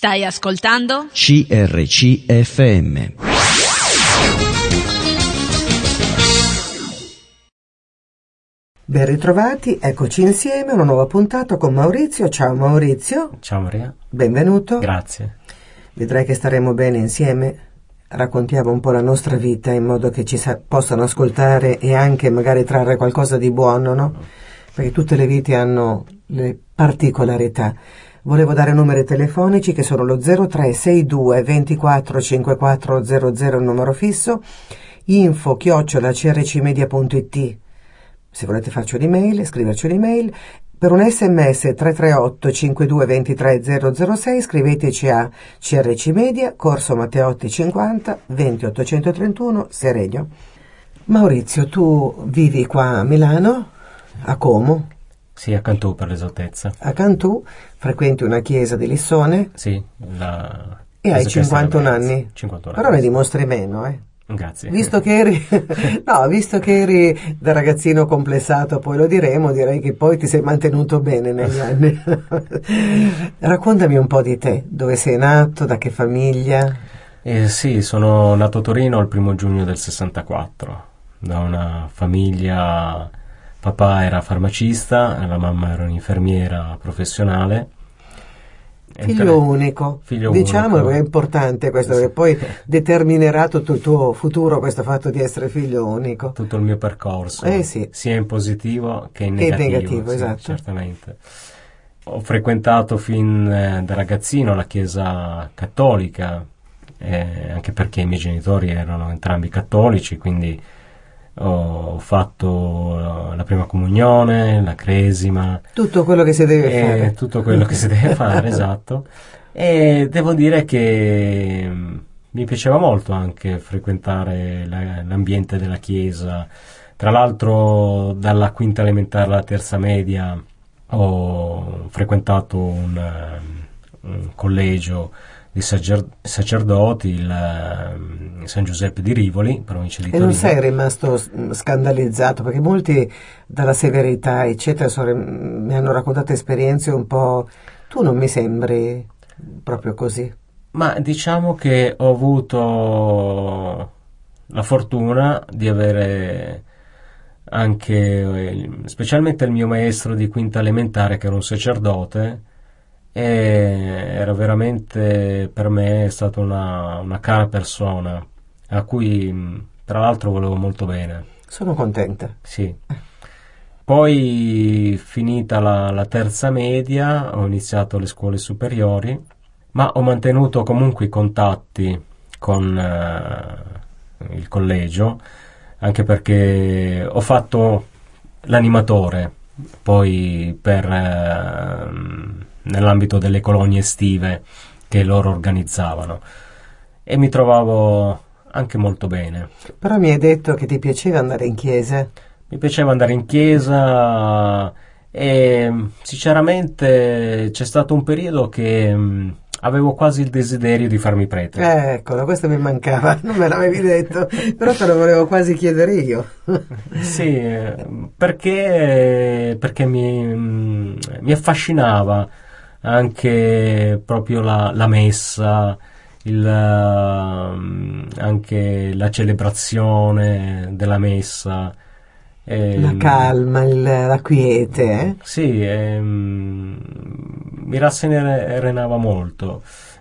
Stai ascoltando? CRC FM. Ben ritrovati, eccoci insieme, una nuova puntata con Maurizio. Ciao Maurizio. Ciao Maria. Benvenuto. Grazie. Vedrai che staremo bene insieme. Raccontiamo un po' la nostra vita in modo che ci possano ascoltare e anche magari trarre qualcosa di buono, no? Perché tutte le vite hanno le particolarità. Volevo dare numeri telefonici che sono lo 0362 24 5400, il numero fisso, info@crcmedia.it. Se volete farci un'email, scriverci un'email. Per un sms 338 52 23 006 scriveteci a CRC Media, Corso Matteotti 50, 20 831, Seregno. Maurizio, tu vivi qua a Milano, a Como? Sì, a Cantù per l'esattezza. A Cantù, frequenti una chiesa di Lissone? Sì. E hai 51 anni? 51 anni. Però ne dimostri meno, Grazie. Visto che eri da ragazzino complessato, poi lo diremo, direi che poi ti sei mantenuto bene negli anni. Raccontami un po' di te, dove sei nato, da che famiglia? Sì, sono nato a Torino il 1 giugno del 64, da una famiglia, papà era farmacista, la mamma era un'infermiera professionale. Figlio unico, diciamo che è importante questo, che poi determinerà tutto il tuo futuro, questo fatto di essere figlio unico. Tutto il mio percorso, sì. sia in positivo che in negativo. Sì, esatto. Certamente. Ho frequentato fin da ragazzino la chiesa cattolica, anche perché i miei genitori erano entrambi cattolici, quindi ho fatto la prima comunione, la cresima, tutto quello che si deve fare. Tutto quello che si deve fare, esatto. E devo dire che mi piaceva molto anche frequentare l'ambiente della chiesa. Tra l'altro dalla quinta elementare alla terza media ho frequentato un collegio di sacerdoti, il San Giuseppe di Rivoli, provincia di Torino. E non sei rimasto scandalizzato? Perché molti dalla severità eccetera mi hanno raccontato esperienze un po'... Tu non mi sembri proprio così. Ma diciamo che ho avuto la fortuna di avere anche, specialmente il mio maestro di quinta elementare, che era un sacerdote, e era veramente, per me, è stata una cara persona a cui tra l'altro volevo molto bene. Sono contenta. Sì. Poi, finita la terza media, ho iniziato le scuole superiori, ma ho mantenuto comunque i contatti con il collegio, anche perché ho fatto l'animatore poi nell'ambito delle colonie estive che loro organizzavano, e mi trovavo anche molto bene. Però mi hai detto che ti piaceva andare in chiesa. Mi piaceva andare in chiesa e sinceramente c'è stato un periodo che avevo quasi il desiderio di farmi prete. Eccolo, questo mi mancava, non me l'avevi detto, però te lo volevo quasi chiedere io. Sì, perché mi affascinava anche proprio la messa, anche la celebrazione della messa. La calma, la quiete. Sì, mi rasserenava molto.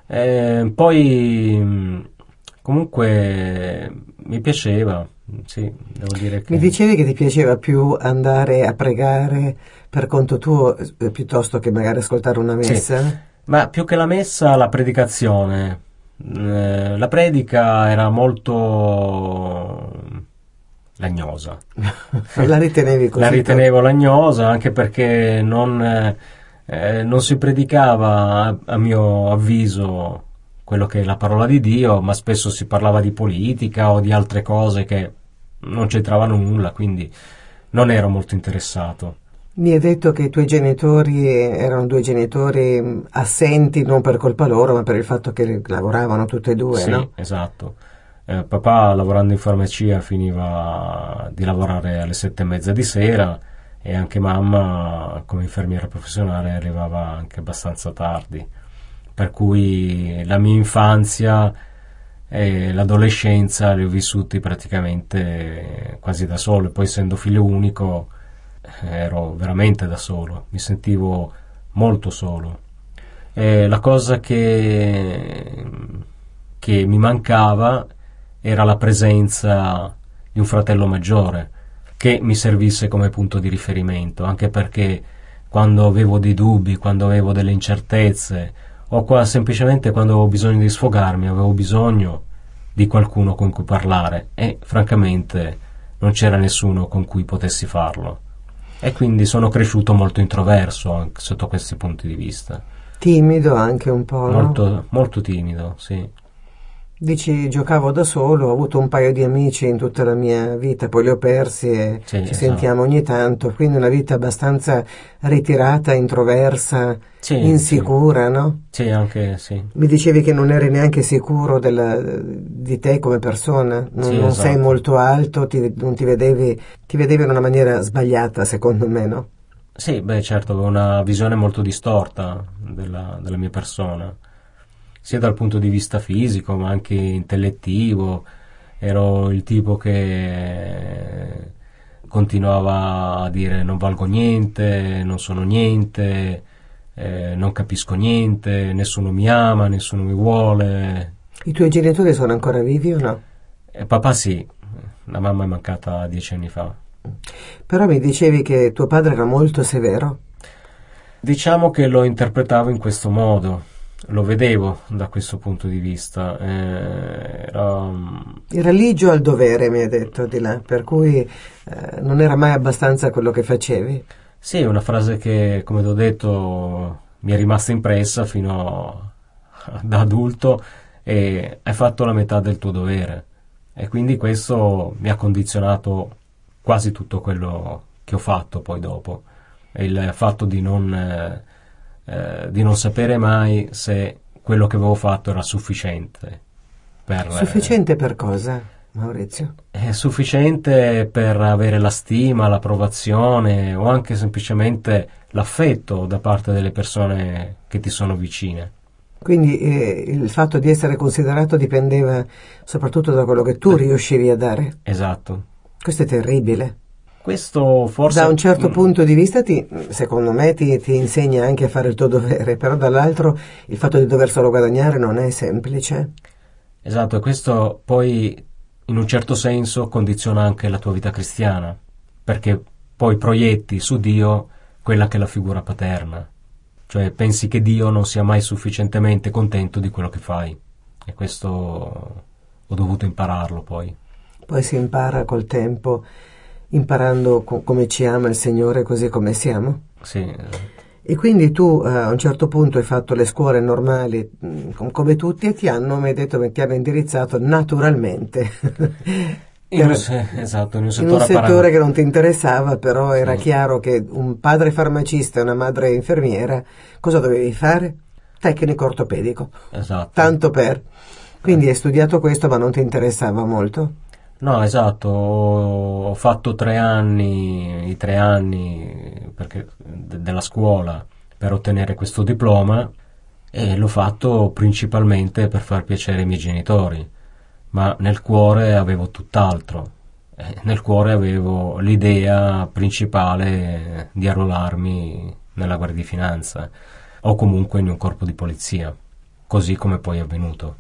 Poi comunque mi piaceva, sì, devo dire che... Mi dicevi che ti piaceva più andare a pregare per conto tuo piuttosto che magari ascoltare una messa? Sì, ma più che la messa, la predicazione. La predica era molto lagnosa. La ritenevi così? La ritenevo lagnosa, anche perché non si predicava, a mio avviso, quello che è la parola di Dio, ma spesso si parlava di politica o di altre cose che non c'entravano nulla, quindi non ero molto interessato. Mi hai detto che i tuoi genitori erano due genitori assenti, non per colpa loro, ma per il fatto che lavoravano tutti e due, sì, no? Esatto. Papà, lavorando in farmacia, finiva di lavorare alle 7:30 di sera, e anche mamma, come infermiera professionale, arrivava anche abbastanza tardi. per cui la mia infanzia e l'adolescenza li ho vissuti praticamente quasi da solo, e poi essendo figlio unico ero veramente da solo, mi sentivo molto solo. E la cosa che mi mancava era la presenza di un fratello maggiore che mi servisse come punto di riferimento, anche perché quando avevo dei dubbi, quando avevo delle incertezze, o semplicemente quando avevo bisogno di sfogarmi, avevo bisogno di qualcuno con cui parlare, e francamente non c'era nessuno con cui potessi farlo. E quindi sono cresciuto molto introverso anche sotto questi punti di vista. Timido anche un po', Molto, no? molto timido, sì. Dici, giocavo da solo, ho avuto un paio di amici in tutta la mia vita, poi li ho persi e Sì, ci esatto. sentiamo ogni tanto, quindi una vita abbastanza ritirata, introversa, Sì, insicura, no? Sì, anche sì. Mi dicevi che non eri neanche sicuro di te come persona, non, Sì, non esatto. sei molto alto, non ti vedevi in una maniera sbagliata, secondo me, no? Sì, beh, certo, avevo una visione molto distorta della mia persona, sia dal punto di vista fisico, ma anche intellettivo. Ero il tipo che continuava a dire non valgo niente, non sono niente, non capisco niente, nessuno mi ama, nessuno mi vuole. I tuoi genitori sono ancora vivi o no? Papà sì, la mamma è mancata 10 anni fa. Però mi dicevi che tuo padre era molto severo. Diciamo che lo interpretavo in questo modo, lo vedevo da questo punto di vista. Era ligio al dovere, mi hai detto di là, per cui non era mai abbastanza quello che facevi. Sì, è una frase che, come ti ho detto, mi è rimasta impressa fino da adulto, e hai fatto la metà del tuo dovere. E quindi questo mi ha condizionato quasi tutto quello che ho fatto poi dopo. E il fatto di non sapere mai se quello che avevo fatto era sufficiente. Sufficiente per cosa, Maurizio? È sufficiente per avere la stima, l'approvazione o anche semplicemente l'affetto da parte delle persone che ti sono vicine. Quindi il fatto di essere considerato dipendeva soprattutto da quello che tu riuscivi a dare. Esatto. Questo è terribile. Questo forse... Da un certo punto di vista, secondo me, ti insegna anche a fare il tuo dovere, però dall'altro il fatto di dover solo guadagnare non è semplice. Esatto, e questo poi in un certo senso condiziona anche la tua vita cristiana, perché poi proietti su Dio quella che è la figura paterna, cioè pensi che Dio non sia mai sufficientemente contento di quello che fai, e questo ho dovuto impararlo poi. Poi si impara col tempo, imparando come ci ama il Signore così come siamo. Sì. E quindi tu a un certo punto hai fatto le scuole normali come tutti, e mi hai detto che ti hanno indirizzato naturalmente Esatto, in un settore che non ti interessava, però era Sì. chiaro che un padre farmacista e una madre infermiera, cosa dovevi fare? Tecnico ortopedico, Esatto. tanto per. Quindi hai studiato questo ma non ti interessava molto? No, esatto, ho fatto 3 anni, i 3 anni della scuola per ottenere questo diploma, e l'ho fatto principalmente per far piacere ai miei genitori, ma nel cuore avevo tutt'altro. Nel cuore avevo l'idea principale di arruolarmi nella Guardia di Finanza o comunque in un corpo di polizia, così come poi è avvenuto.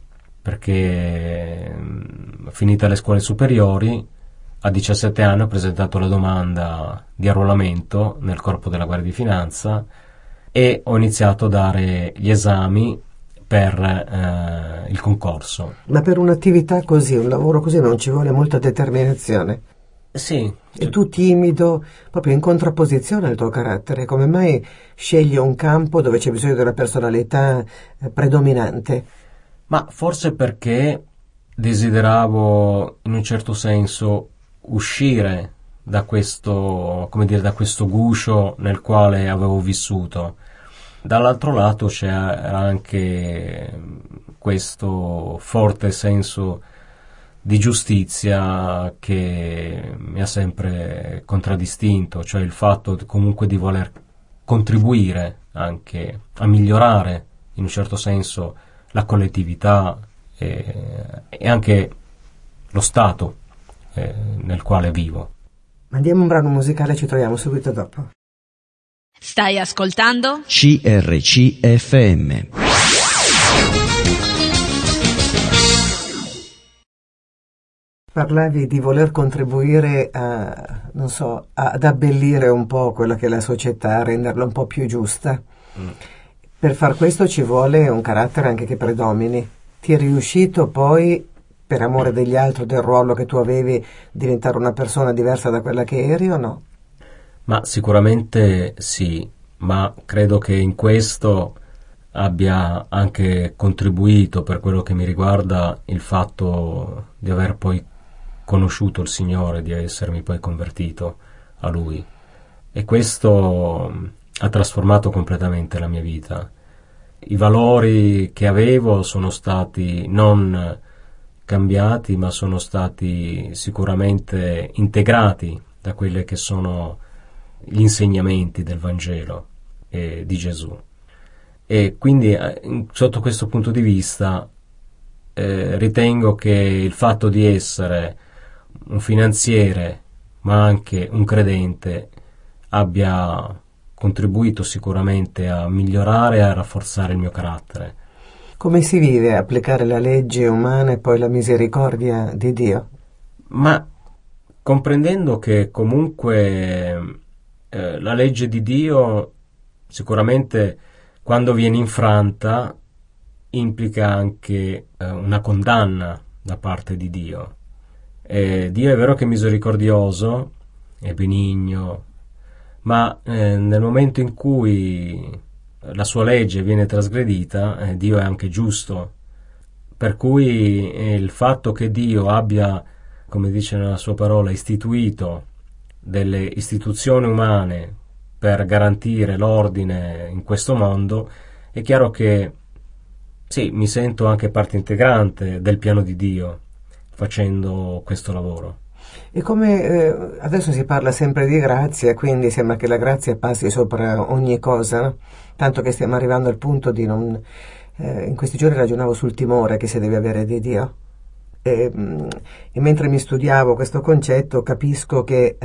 Perché finite le scuole superiori, a 17 anni ho presentato la domanda di arruolamento nel corpo della Guardia di Finanza e ho iniziato a dare gli esami per il concorso. Ma per un'attività così, un lavoro così, non ci vuole molta determinazione? Sì. E tu timido, proprio in contrapposizione al tuo carattere, come mai scegli un campo dove c'è bisogno di una personalità predominante? Ma forse perché desideravo in un certo senso uscire da questo, come dire, da questo guscio nel quale avevo vissuto. Dall'altro lato c'era anche questo forte senso di giustizia che mi ha sempre contraddistinto, cioè il fatto comunque di voler contribuire anche a migliorare in un certo senso la collettività e anche lo stato nel quale vivo. Mandiamo un brano musicale, ci troviamo subito dopo. Stai ascoltando? CRCFM. Parlavi di voler contribuire ad abbellire un po' quella che è la società, a renderla un po' più giusta. Per far questo ci vuole un carattere anche che predomini. Ti è riuscito poi, per amore degli altri, del ruolo che tu avevi, diventare una persona diversa da quella che eri o no? Ma sicuramente sì, ma credo che in questo abbia anche contribuito, per quello che mi riguarda, il fatto di aver poi conosciuto il Signore, di essermi poi convertito a Lui, e questo ha trasformato completamente la mia vita. I valori che avevo sono stati non cambiati, ma sono stati sicuramente integrati da quelli che sono gli insegnamenti del Vangelo e di Gesù. E quindi sotto questo punto di vista ritengo che il fatto di essere un finanziere ma anche un credente abbia contribuito sicuramente a migliorare e a rafforzare il mio carattere. Come si vive a applicare la legge umana e poi la misericordia di Dio? Ma comprendendo che comunque la legge di Dio sicuramente, quando viene infranta, implica anche una condanna da parte di Dio. Dio è vero che è misericordioso, è benigno, ma nel momento in cui la sua legge viene trasgredita, Dio è anche giusto. Per cui il fatto che Dio abbia, come dice nella sua parola, istituito delle istituzioni umane per garantire l'ordine in questo mondo, è chiaro che sì, mi sento anche parte integrante del piano di Dio facendo questo lavoro. E come adesso si parla sempre di grazia, quindi sembra che la grazia passi sopra ogni cosa, no? Tanto che stiamo arrivando al punto di non... in questi giorni ragionavo sul timore che si deve avere di Dio. E mentre mi studiavo questo concetto capisco che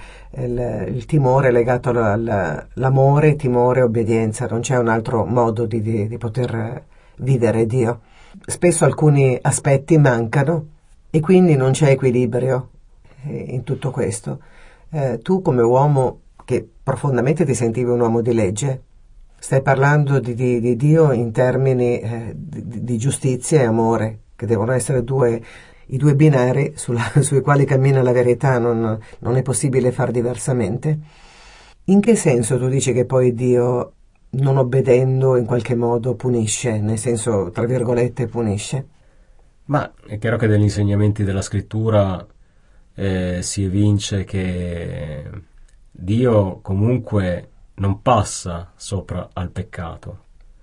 il timore è legato all'amore, timore e obbedienza, non c'è un altro modo di poter vivere Dio. Spesso alcuni aspetti mancano e quindi non c'è equilibrio in tutto questo. Tu come uomo che profondamente ti sentivi un uomo di legge, stai parlando di Dio in termini di giustizia e amore, che devono essere i due binari sui quali cammina la verità, non è possibile far diversamente. In che senso tu dici che poi Dio, non obbedendo, in qualche modo punisce, nel senso, tra virgolette, punisce? Ma è chiaro che dagli insegnamenti della Scrittura si evince che Dio comunque non passa sopra al peccato,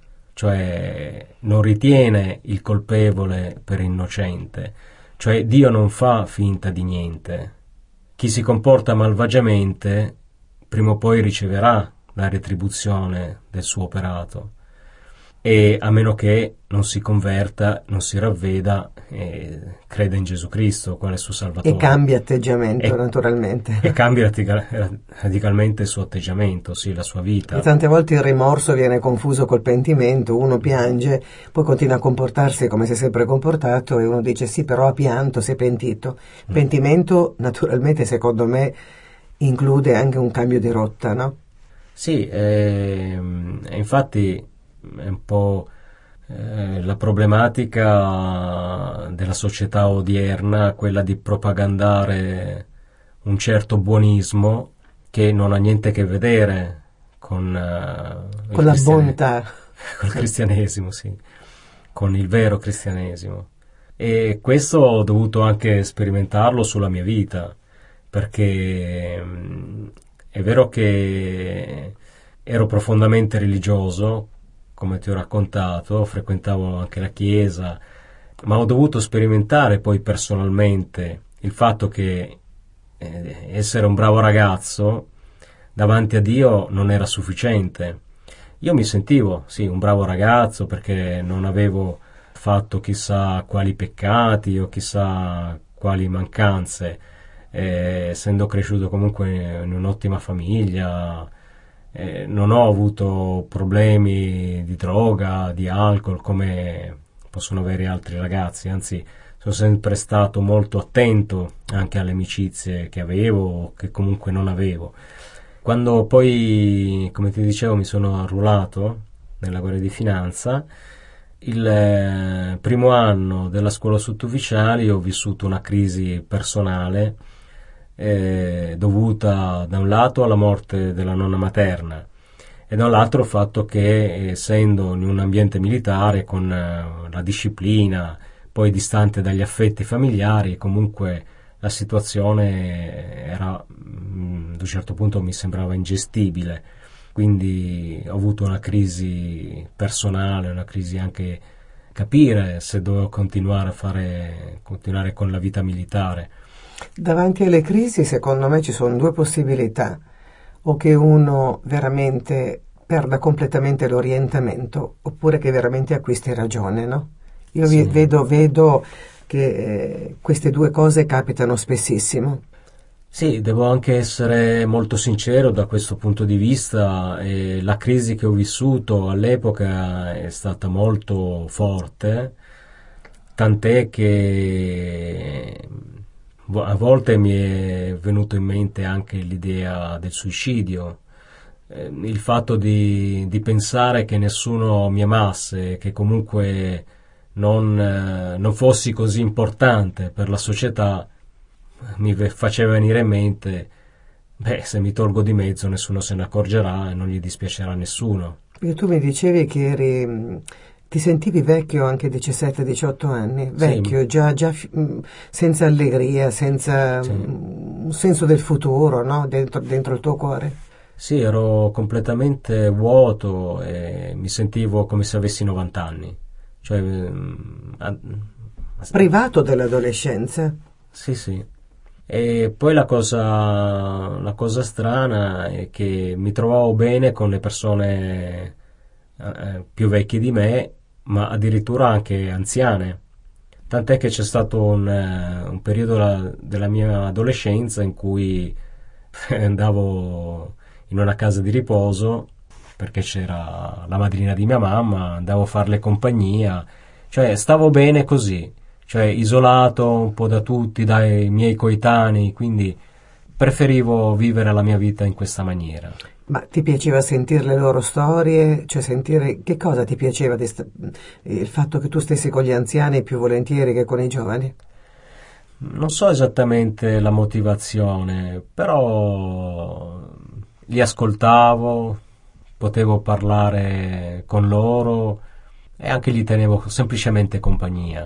cioè non ritiene il colpevole per innocente, cioè Dio non fa finta di niente. Chi si comporta malvagiamente prima o poi riceverà la retribuzione del suo operato, e a meno che non si converta, non si ravveda e creda in Gesù Cristo quale suo Salvatore. E cambia atteggiamento, naturalmente. E cambia radicalmente il suo atteggiamento, sì, la sua vita. E tante volte il rimorso viene confuso col pentimento, uno piange, poi continua a comportarsi come si è sempre comportato e uno dice sì, però ha pianto, si è pentito. Pentimento, naturalmente, secondo me, include anche un cambio di rotta, no? Sì, infatti è un po' la problematica della società odierna, quella di propagandare un certo buonismo che non ha niente a che vedere con la bontà, con il cristianesimo, sì, con il vero cristianesimo. E questo ho dovuto anche sperimentarlo sulla mia vita, perché è vero che ero profondamente religioso, come ti ho raccontato, frequentavo anche la chiesa, ma ho dovuto sperimentare poi personalmente il fatto che essere un bravo ragazzo davanti a Dio non era sufficiente, Io mi sentivo, sì, un bravo ragazzo perché non avevo fatto chissà quali peccati o chissà quali mancanze, essendo cresciuto comunque in un'ottima famiglia, non ho avuto problemi di droga, di alcol come possono avere altri ragazzi, anzi sono sempre stato molto attento anche alle amicizie che avevo o che comunque non avevo. Quando poi, come ti dicevo, mi sono arruolato nella Guardia di Finanza, il primo anno della scuola sottufficiali ho vissuto una crisi personale dovuta da un lato alla morte della nonna materna e dall'altro al fatto che, essendo in un ambiente militare con la disciplina, poi distante dagli affetti familiari, comunque la situazione era, ad un certo punto mi sembrava ingestibile, quindi ho avuto una crisi personale, una crisi anche capire se dovevo continuare con la vita militare. Davanti alle crisi, secondo me, ci sono due possibilità: o che uno veramente perda completamente l'orientamento, oppure che veramente acquisti ragione, no? Io Sì. vedo che queste due cose capitano spessissimo. Sì, devo anche essere molto sincero da questo punto di vista. La crisi che ho vissuto all'epoca è stata molto forte, tant'è che a volte mi è venuto in mente anche l'idea del suicidio, il fatto di pensare che nessuno mi amasse, che comunque non fossi così importante per la società, mi faceva venire in mente, se mi tolgo di mezzo nessuno se ne accorgerà e non gli dispiacerà a nessuno. Perché tu mi dicevi che ti sentivi vecchio anche a 17-18 anni, vecchio, Sì. già senza allegria, senza Sì. un senso del futuro, no? Dentro il tuo cuore. Sì, ero completamente vuoto e mi sentivo come se avessi 90 anni. Cioè, Privato dell'adolescenza. sì, sì. E poi la cosa strana è che mi trovavo bene con le persone più vecchie di me, ma addirittura anche anziane. Tant'è che c'è stato un periodo della mia adolescenza in cui andavo in una casa di riposo perché c'era la madrina di mia mamma, andavo a farle compagnia, cioè stavo bene così, cioè isolato un po' da tutti, dai miei coetanei, quindi preferivo vivere la mia vita in questa maniera. Ma ti piaceva sentire le loro storie? Cioè sentire che cosa ti piaceva il fatto che tu stessi con gli anziani più volentieri che con i giovani? Non so esattamente la motivazione, però li ascoltavo, potevo parlare con loro e anche gli tenevo semplicemente compagnia.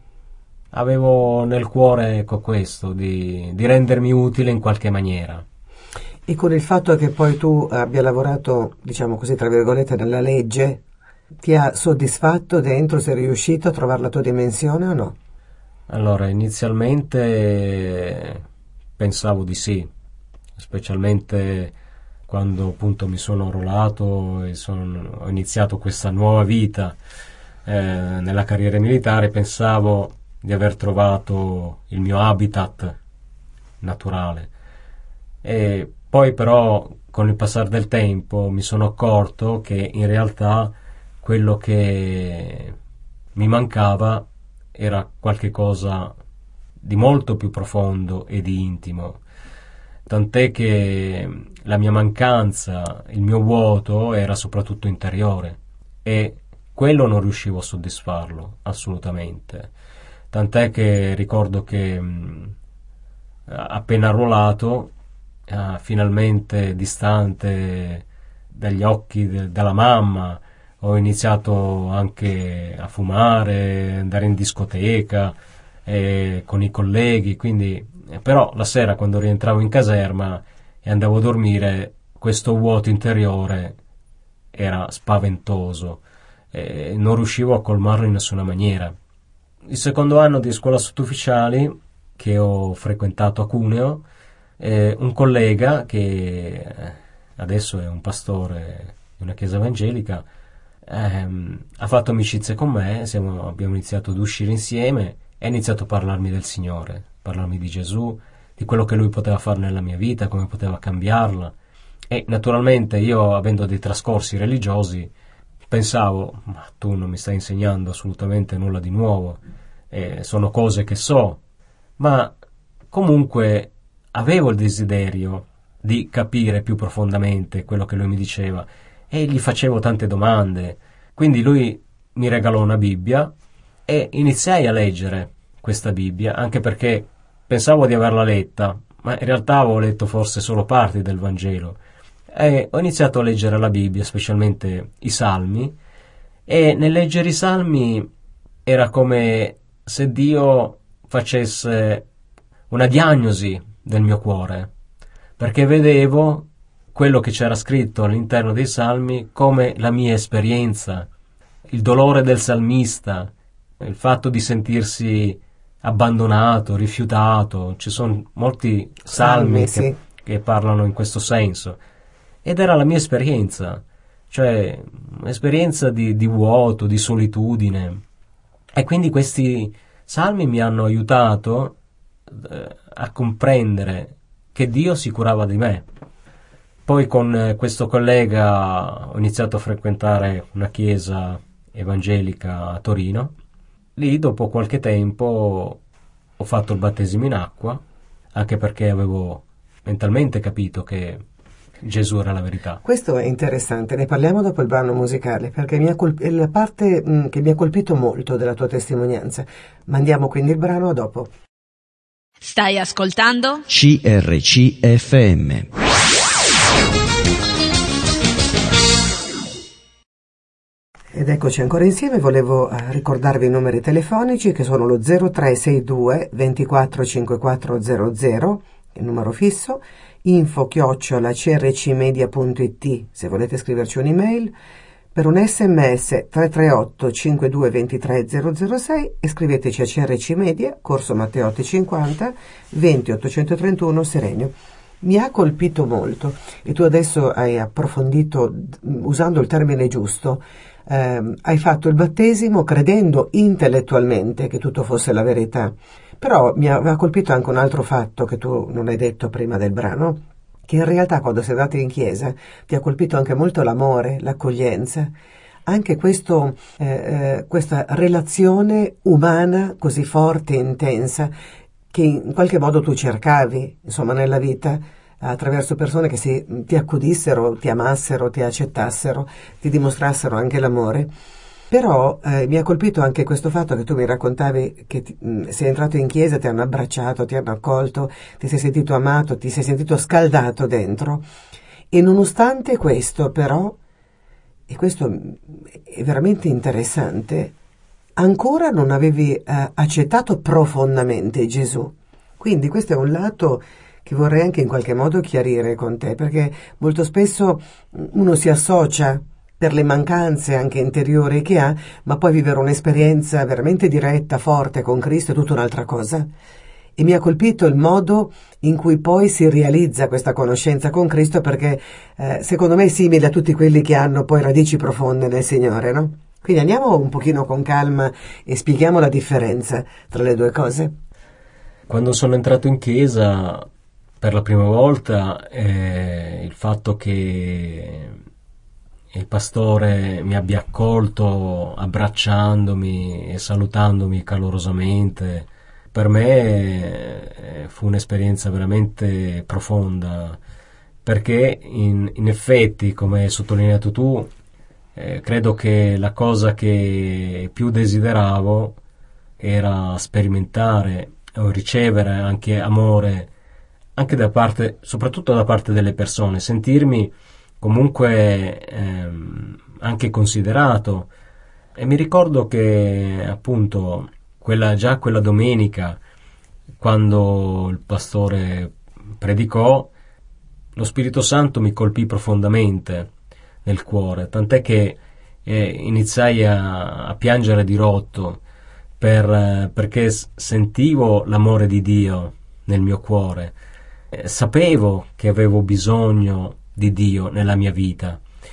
Avevo nel cuore, ecco, questo, di rendermi utile in qualche maniera. E con il fatto che poi tu abbia lavorato, diciamo così, tra virgolette, nella legge, ti ha soddisfatto dentro? Sei riuscito a trovare la tua dimensione o no? Allora, inizialmente pensavo di sì, specialmente quando appunto mi sono arruolato e ho iniziato questa nuova vita nella carriera militare, pensavo di aver trovato il mio habitat naturale. E poi però con il passare del tempo mi sono accorto che in realtà quello che mi mancava era qualche cosa di molto più profondo e di intimo, tant'è che la mia mancanza, il mio vuoto era soprattutto interiore e quello non riuscivo a soddisfarlo assolutamente, tant'è che ricordo che appena arruolato, finalmente distante dagli occhi della mamma, ho iniziato anche a fumare, andare in discoteca con i colleghi, quindi però la sera quando rientravo in caserma e andavo a dormire, questo vuoto interiore era spaventoso e non riuscivo a colmarlo in nessuna maniera. Il secondo anno di scuola sottufficiali che ho frequentato a Cuneo, un collega che adesso è un pastore una chiesa evangelica, ha fatto amicizia con me, abbiamo iniziato ad uscire insieme e ha iniziato a parlarmi del Signore, parlarmi di Gesù, di quello che Lui poteva fare nella mia vita, come poteva cambiarla. E naturalmente io, avendo dei trascorsi religiosi, pensavo, ma tu non mi stai insegnando assolutamente nulla di nuovo, sono cose che so, ma comunque avevo il desiderio di capire più profondamente quello che lui mi diceva e gli facevo tante domande. Quindi lui mi regalò una Bibbia e iniziai a leggere questa Bibbia, anche perché pensavo di averla letta, ma in realtà avevo letto forse solo parti del Vangelo. E ho iniziato a leggere la Bibbia, specialmente i Salmi, e nel leggere i Salmi era come se Dio facesse una diagnosi del mio cuore, perché vedevo quello che c'era scritto all'interno dei Salmi come la mia esperienza, il dolore del salmista, il fatto di sentirsi abbandonato, rifiutato. Ci sono molti salmi che parlano in questo senso, ed era la mia esperienza, cioè un'esperienza di vuoto, di solitudine. E quindi questi salmi mi hanno aiutato a comprendere che Dio si curava di me. Poi con questo collega ho iniziato a frequentare una chiesa evangelica a Torino. Lì dopo qualche tempo ho fatto il battesimo in acqua, anche perché avevo mentalmente capito che Gesù era la verità. Questo è interessante, ne parliamo dopo il brano musicale, perché è la parte che mi ha colpito molto della tua testimonianza. Mandiamo quindi il brano a dopo. Stai ascoltando? CRCFM. Ed eccoci ancora insieme. Volevo ricordarvi i numeri telefonici, che sono lo 0362 24 5400, il numero fisso, info@crcmedia.it se volete scriverci un'email, per un sms 338 52 23 006 e scriveteci a CRC Media, Corso Matteotti 50 20 831 Serenio. Mi ha colpito molto, e tu adesso hai approfondito usando il termine giusto. Hai fatto il battesimo credendo intellettualmente che tutto fosse la verità, però mi aveva colpito anche un altro fatto che tu non hai detto prima del brano, che in realtà quando sei andato in chiesa ti ha colpito anche molto l'amore, l'accoglienza, anche questa relazione umana così forte e intensa che in qualche modo tu cercavi, insomma, nella vita, attraverso persone che ti accudissero, ti amassero, ti accettassero, ti dimostrassero anche l'amore. Però mi ha colpito anche questo fatto che tu mi raccontavi che sei entrato in chiesa, ti hanno abbracciato, ti hanno accolto, ti sei sentito amato, ti sei sentito scaldato dentro, e nonostante questo però, e questo è veramente interessante, ancora non avevi accettato profondamente Gesù. Quindi questo è un lato che vorrei anche in qualche modo chiarire con te, perché molto spesso uno si associa per le mancanze anche interiori che ha, ma poi vivere un'esperienza veramente diretta, forte con Cristo è tutta un'altra cosa. E mi ha colpito il modo in cui poi si realizza questa conoscenza con Cristo, perché secondo me è simile a tutti quelli che hanno poi radici profonde nel Signore, no? Quindi andiamo un pochino con calma e spieghiamo la differenza tra le due cose. Quando sono entrato in chiesa per la prima volta, il fatto che il pastore mi abbia accolto abbracciandomi e salutandomi calorosamente, per me fu un'esperienza veramente profonda, perché in effetti, come hai sottolineato tu, credo che la cosa che più desideravo era sperimentare o ricevere anche amore, anche da parte, soprattutto da parte delle persone, sentirmi comunque anche considerato. E mi ricordo che appunto quella domenica, quando il pastore predicò, lo Spirito Santo mi colpì profondamente nel cuore, tant'è che iniziai a piangere di rotto perché sentivo l'amore di Dio nel mio cuore. Sapevo che avevo bisogno di Dio nella mia vita,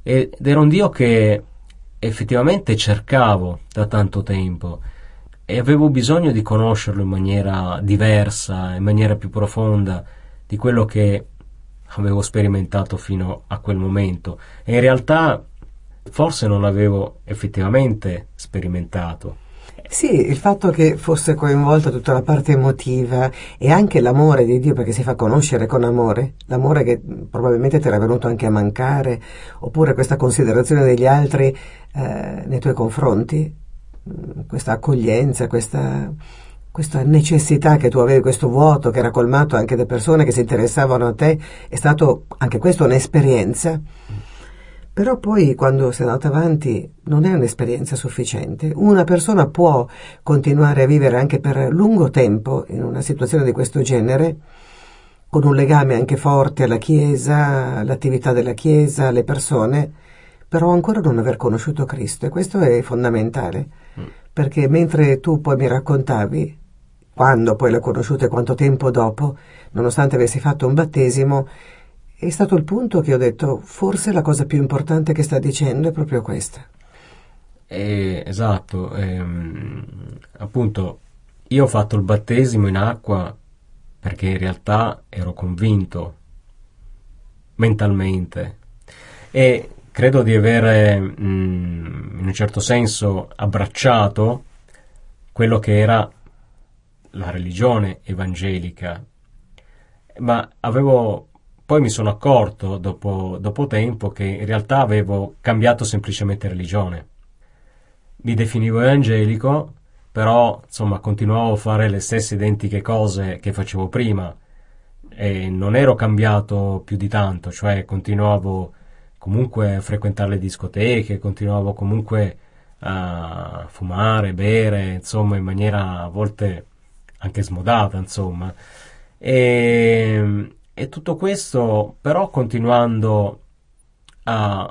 ed era un Dio che effettivamente cercavo da tanto tempo e avevo bisogno di conoscerlo in maniera diversa, in maniera più profonda di quello che avevo sperimentato fino a quel momento, e in realtà forse non l'avevo effettivamente sperimentato. Sì, il fatto che fosse coinvolta tutta la parte emotiva e anche l'amore di Dio, perché si fa conoscere con amore, l'amore che probabilmente ti era venuto anche a mancare, oppure questa considerazione degli altri nei tuoi confronti, questa accoglienza, questa necessità che tu avevi, questo vuoto che era colmato anche da persone che si interessavano a te, è stato anche questo un'esperienza. Però poi quando sei andato avanti non è un'esperienza sufficiente. Una persona può continuare a vivere anche per lungo tempo in una situazione di questo genere, con un legame anche forte alla Chiesa, all'attività della Chiesa, alle persone, però ancora non aver conosciuto Cristo, e questo è fondamentale, perché mentre tu poi mi raccontavi, quando poi l'hai conosciuto e quanto tempo dopo, nonostante avessi fatto un battesimo, è stato il punto che ho detto, forse la cosa più importante che sta dicendo è proprio questa. Esatto, appunto io ho fatto il battesimo in acqua perché in realtà ero convinto mentalmente, e credo di avere in un certo senso abbracciato quello che era la religione evangelica, ma poi mi sono accorto dopo tempo che in realtà avevo cambiato semplicemente religione. Mi definivo evangelico, però insomma continuavo a fare le stesse identiche cose che facevo prima e non ero cambiato più di tanto, cioè continuavo comunque a frequentare le discoteche, continuavo comunque a fumare, bere, insomma in maniera a volte anche smodata, insomma. E tutto questo però continuando a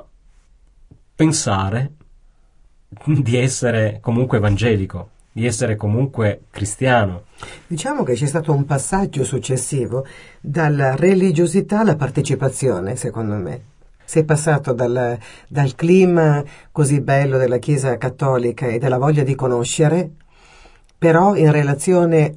pensare di essere comunque evangelico, di essere comunque cristiano. Diciamo che c'è stato un passaggio successivo dalla religiosità alla partecipazione, secondo me. Sei passato dal clima così bello della Chiesa cattolica e della voglia di conoscere, però in relazione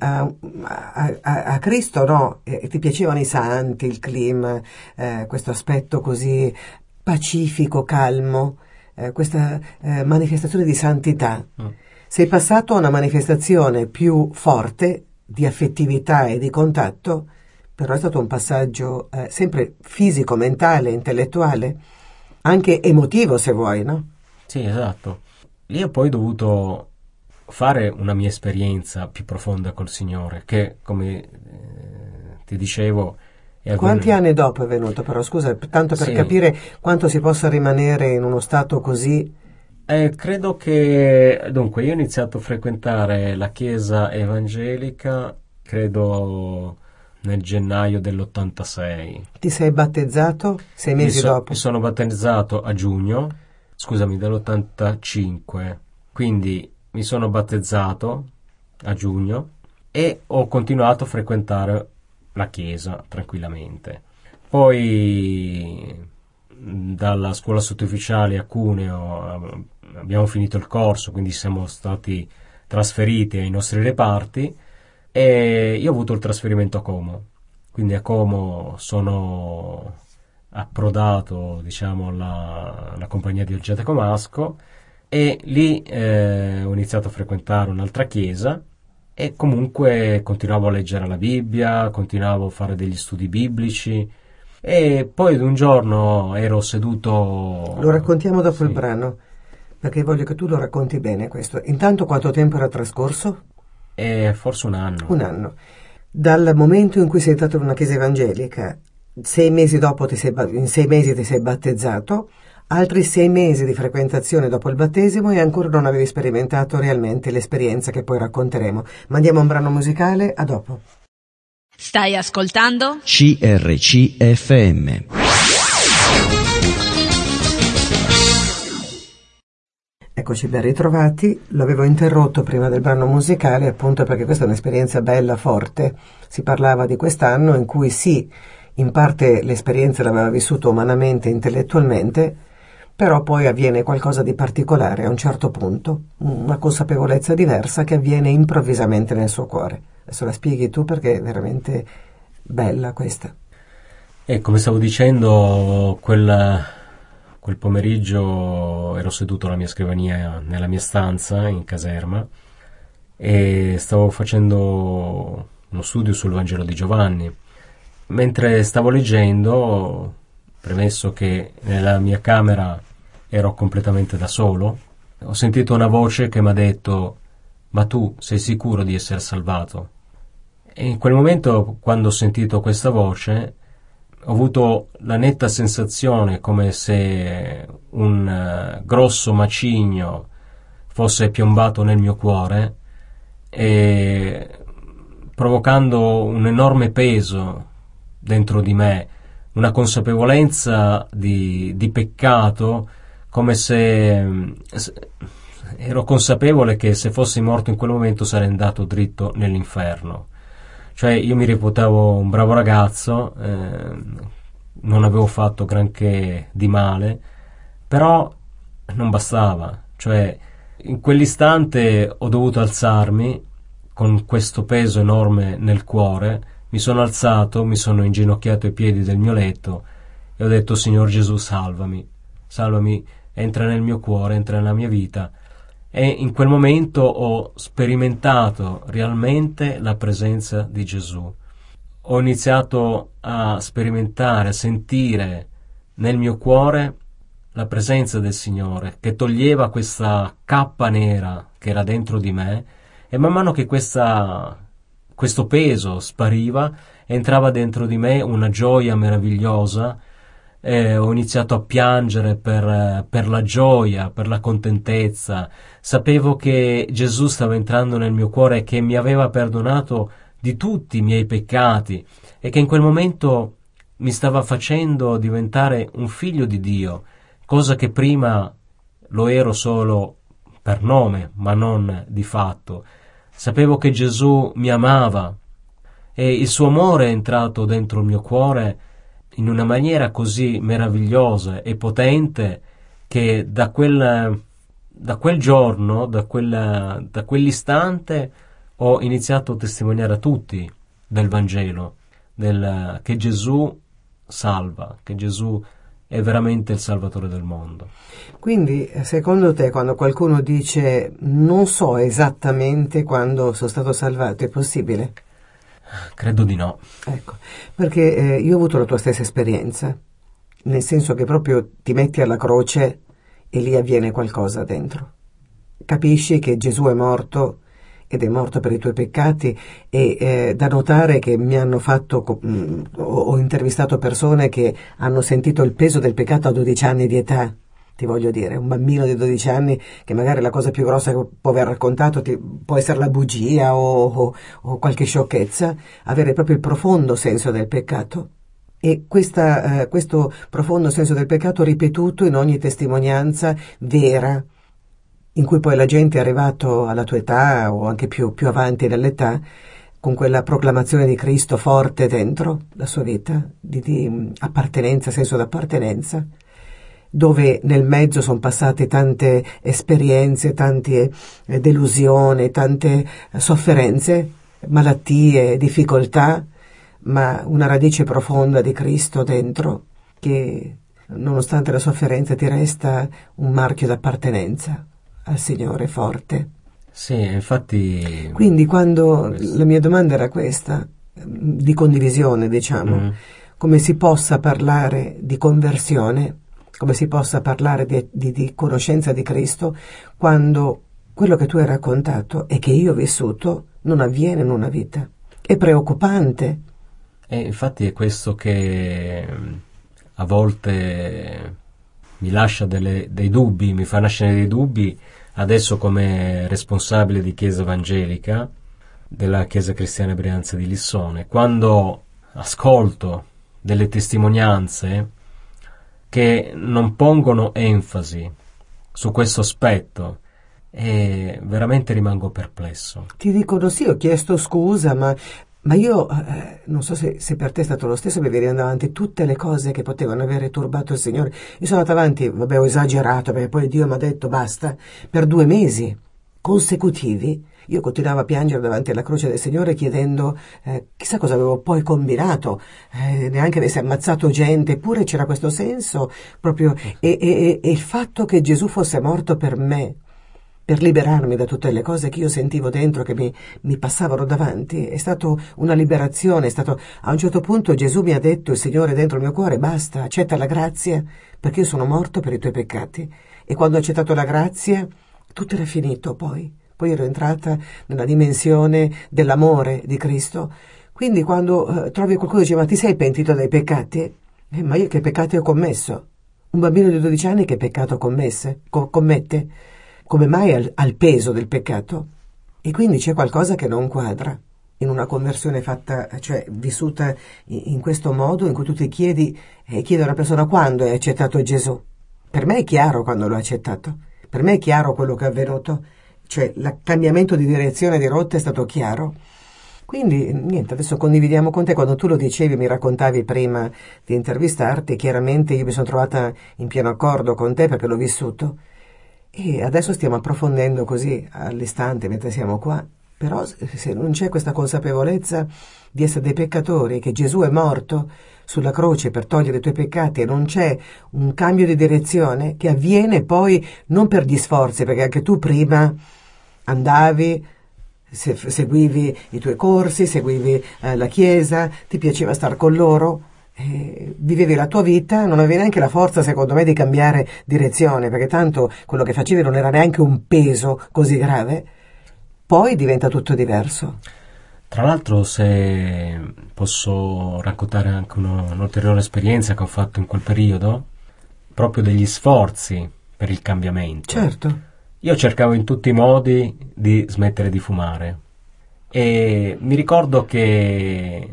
a Cristo no, ti piacevano i santi, il clima, questo aspetto così pacifico, calmo, questa manifestazione di santità. Sei passato a una manifestazione più forte di affettività e di contatto, però è stato un passaggio sempre fisico, mentale, intellettuale, anche emotivo se vuoi, no? Sì, esatto. Lì ho poi dovuto fare una mia esperienza più profonda col Signore, che come ti dicevo Quanti anni dopo è venuto però, scusa, tanto per capire quanto si possa rimanere in uno stato così? Credo che, dunque, io ho iniziato a frequentare la Chiesa evangelica, credo nel gennaio dell'86. Ti sei battezzato 6 mesi dopo? Mi sono battezzato a giugno, scusami, dell'85, quindi mi sono battezzato a giugno e ho continuato a frequentare la chiesa tranquillamente. Poi dalla scuola sottufficiale a Cuneo abbiamo finito il corso, quindi siamo stati trasferiti ai nostri reparti e io ho avuto il trasferimento a Como, quindi a Como sono approdato, diciamo, alla compagnia di Olgiate Comasco, e lì ho iniziato a frequentare un'altra chiesa e comunque continuavo a leggere la Bibbia, continuavo a fare degli studi biblici, e poi un giorno ero seduto... Lo raccontiamo dopo il brano, perché voglio che tu lo racconti bene questo. Intanto quanto tempo era trascorso? Forse un anno. Un anno. Dal momento in cui sei entrato in una chiesa evangelica, 6 mesi dopo in 6 mesi ti sei battezzato, altri 6 mesi di frequentazione dopo il battesimo e ancora non avevi sperimentato realmente l'esperienza che poi racconteremo. Mandiamo un brano musicale, a dopo. Stai ascoltando? CRCFM. Eccoci ben ritrovati. L'avevo interrotto prima del brano musicale appunto perché questa è un'esperienza bella, forte. Si parlava di quest'anno in cui sì, in parte l'esperienza l'aveva vissuta umanamente, intellettualmente, Però poi avviene qualcosa di particolare a un certo punto, una consapevolezza diversa che avviene improvvisamente nel suo cuore. Adesso la spieghi tu perché è veramente bella questa. E come stavo dicendo, quel pomeriggio ero seduto alla mia scrivania nella mia stanza in caserma e stavo facendo uno studio sul Vangelo di Giovanni. Mentre stavo leggendo, premesso che nella mia camera ero completamente da solo, ho sentito una voce che mi ha detto: ma tu sei sicuro di essere salvato? E in quel momento, quando ho sentito questa voce, ho avuto la netta sensazione come se un grosso macigno fosse piombato nel mio cuore e provocando un enorme peso dentro di me, una consapevolezza di peccato, come se ero consapevole che se fossi morto in quel momento sarei andato dritto nell'inferno. Cioè, io mi reputavo un bravo ragazzo, non avevo fatto granché di male, però non bastava. Cioè, in quell'istante ho dovuto alzarmi con questo peso enorme nel cuore. Mi sono alzato, mi sono inginocchiato ai piedi del mio letto e ho detto: Signor Gesù, salvami, salvami, entra nel mio cuore, entra nella mia vita. E in quel momento ho sperimentato realmente la presenza di Gesù. Ho iniziato a sperimentare, a sentire nel mio cuore la presenza del Signore, che toglieva questa cappa nera che era dentro di me, e man mano che questo peso spariva, entrava dentro di me una gioia meravigliosa. Ho iniziato a piangere per la gioia, per la contentezza. Sapevo che Gesù stava entrando nel mio cuore e che mi aveva perdonato di tutti i miei peccati e che in quel momento mi stava facendo diventare un figlio di Dio, cosa che prima lo ero solo per nome, ma non di fatto. Sapevo che Gesù mi amava e il suo amore è entrato dentro il mio cuore in una maniera così meravigliosa e potente che da quel giorno, da quell'istante ho iniziato a testimoniare a tutti del Vangelo, che Gesù salva, che Gesù è veramente il Salvatore del mondo. Quindi, secondo te, quando qualcuno dice non so esattamente quando sono stato salvato, è possibile? Credo di no. Ecco, perché io ho avuto la tua stessa esperienza, nel senso che proprio ti metti alla croce e lì avviene qualcosa dentro. Capisci che Gesù è morto ed è morto per i tuoi peccati e da notare che mi hanno fatto, ho intervistato persone che hanno sentito il peso del peccato a 12 anni di età. Ti voglio dire, un bambino di 12 anni che magari la cosa più grossa che può aver raccontato può essere la bugia o qualche sciocchezza, avere proprio il profondo senso del peccato. E questo profondo senso del peccato ripetuto in ogni testimonianza vera, in cui poi la gente è arrivato alla tua età o anche più avanti nell'età, con quella proclamazione di Cristo forte dentro la sua vita, di appartenenza, senso d'appartenenza, dove nel mezzo sono passate tante esperienze, tante delusioni, tante sofferenze, malattie, difficoltà, ma una radice profonda di Cristo dentro che, nonostante la sofferenza, ti resta un marchio d'appartenenza al Signore forte. Sì, infatti. Quindi la mia domanda era questa, di condivisione, diciamo, come si possa parlare di conversione, come si possa parlare di conoscenza di Cristo quando quello che tu hai raccontato e che io ho vissuto non avviene in una vita. È preoccupante. E infatti è questo che a volte mi lascia dei dubbi, mi fa nascere dei dubbi adesso come responsabile di Chiesa Evangelica della Chiesa Cristiana Brianza di Lissone, quando ascolto delle testimonianze che non pongono enfasi su questo aspetto e veramente rimango perplesso. Ti dicono sì, ho chiesto scusa, ma Ma io non so se per te è stato lo stesso, mi venivano davanti tutte le cose che potevano avere turbato il Signore. Io sono andata avanti, vabbè, ho esagerato, perché poi Dio mi ha detto basta, per 2 mesi consecutivi. Io continuavo a piangere davanti alla croce del Signore chiedendo chissà cosa avevo poi combinato, neanche avessi ammazzato gente, eppure c'era questo senso proprio, e il fatto che Gesù fosse morto per me, per liberarmi da tutte le cose che io sentivo dentro, che mi passavano davanti, è stato una liberazione, è stato, a un certo punto Gesù mi ha detto, il Signore dentro il mio cuore, basta, accetta la grazia, perché io sono morto per i tuoi peccati. E quando ho accettato la grazia, tutto era finito poi ero entrata nella dimensione dell'amore di Cristo. Quindi quando trovi qualcuno che dice, ma ti sei pentito dai peccati? Ma io che peccati ho commesso? Un bambino di 12 anni che peccato commette? Come mai ha il peso del peccato? E quindi c'è qualcosa che non quadra in una conversione fatta, cioè vissuta in questo modo, in cui tu ti chiedi a una persona quando hai accettato Gesù. Per me è chiaro quando l'ho accettato, per me è chiaro quello che è avvenuto, cioè il cambiamento di direzione di rotta è stato chiaro. Quindi niente, adesso condividiamo con te. Quando tu lo dicevi, mi raccontavi prima di intervistarti, chiaramente io mi sono trovata in pieno accordo con te perché l'ho vissuto. E adesso stiamo approfondendo così all'istante mentre siamo qua. Però se non c'è questa consapevolezza di essere dei peccatori, che Gesù è morto sulla croce per togliere i tuoi peccati, e non c'è un cambio di direzione che avviene poi non per gli sforzi, perché anche tu prima andavi, seguivi i tuoi corsi, seguivi la chiesa, ti piaceva star con loro, vivevi la tua vita, non avevi neanche la forza, secondo me, di cambiare direzione, perché tanto quello che facevi non era neanche un peso così grave. Poi diventa tutto diverso. Tra l'altro, se posso raccontare anche un'ulteriore esperienza che ho fatto in quel periodo, proprio degli sforzi per il cambiamento. Certo. Io cercavo in tutti i modi di smettere di fumare e mi ricordo che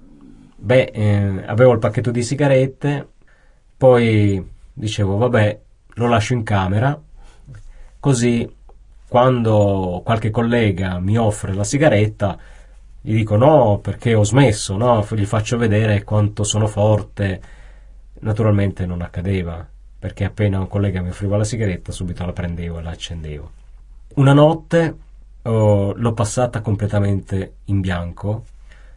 avevo il pacchetto di sigarette, poi dicevo vabbè, lo lascio in camera, così quando qualche collega mi offre la sigaretta gli dico no, perché ho smesso, no? Gli faccio vedere quanto sono forte. Naturalmente non accadeva, perché appena un collega mi offriva la sigaretta subito la prendevo e la accendevo. Una notte l'ho passata completamente in bianco,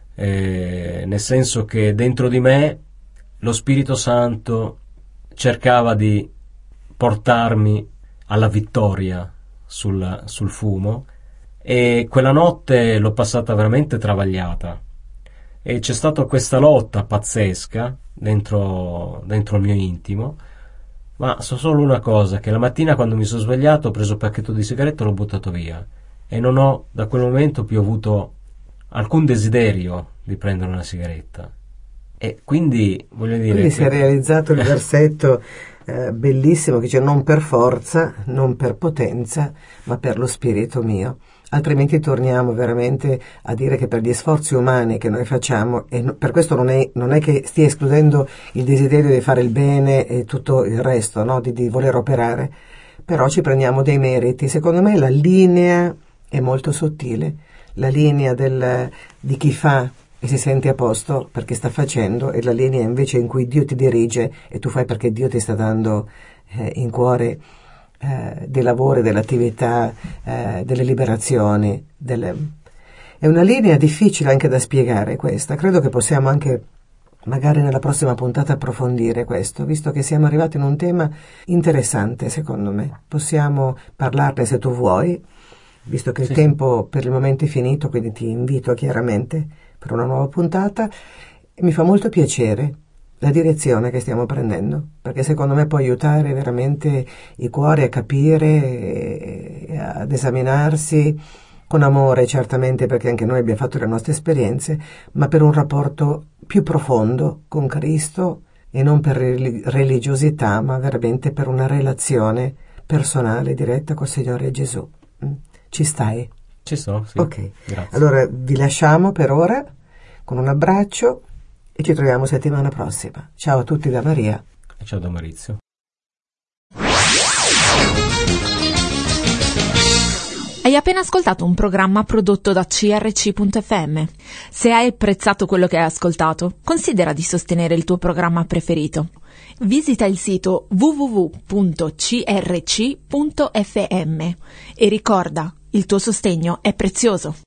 nel senso che dentro di me lo Spirito Santo cercava di portarmi alla vittoria sul fumo, e quella notte l'ho passata veramente travagliata e c'è stata questa lotta pazzesca dentro il mio intimo. Ma so solo una cosa, che la mattina quando mi sono svegliato ho preso il pacchetto di sigarette e l'ho buttato via, e non ho da quel momento più avuto alcun desiderio di prendere una sigaretta. E quindi voglio dire, quindi si è realizzato il versetto bellissimo che dice non per forza, non per potenza, ma per lo spirito mio. Altrimenti torniamo veramente a dire che per gli sforzi umani che noi facciamo, e per questo non è che stia escludendo il desiderio di fare il bene e tutto il resto, no? di voler operare, però ci prendiamo dei meriti. Secondo me la linea è molto sottile, la linea di chi fa e si sente a posto perché sta facendo, e la linea invece in cui Dio ti dirige e tu fai perché Dio ti sta dando in cuore dei lavori, delle attività, delle liberazioni. È una linea difficile anche da spiegare questa. Credo che possiamo anche magari nella prossima puntata approfondire questo, visto che siamo arrivati in un tema interessante secondo me. Possiamo parlarne se tu vuoi, visto che il tempo per il momento è finito, quindi ti invito chiaramente per una nuova puntata. E mi fa molto piacere la direzione che stiamo prendendo, perché secondo me può aiutare veramente i cuori a capire e ad esaminarsi con amore, certamente, perché anche noi abbiamo fatto le nostre esperienze, ma per un rapporto più profondo con Cristo, e non per religiosità, ma veramente per una relazione personale diretta col Signore Gesù. Ci stai? Ci sto, sì. Ok, grazie. Allora vi lasciamo per ora con un abbraccio e ci troviamo settimana prossima. Ciao a tutti da Maria. E ciao da Maurizio. Hai appena ascoltato un programma prodotto da CRC.fm. Se hai apprezzato quello che hai ascoltato, considera di sostenere il tuo programma preferito. Visita il sito www.crc.fm e ricorda, il tuo sostegno è prezioso.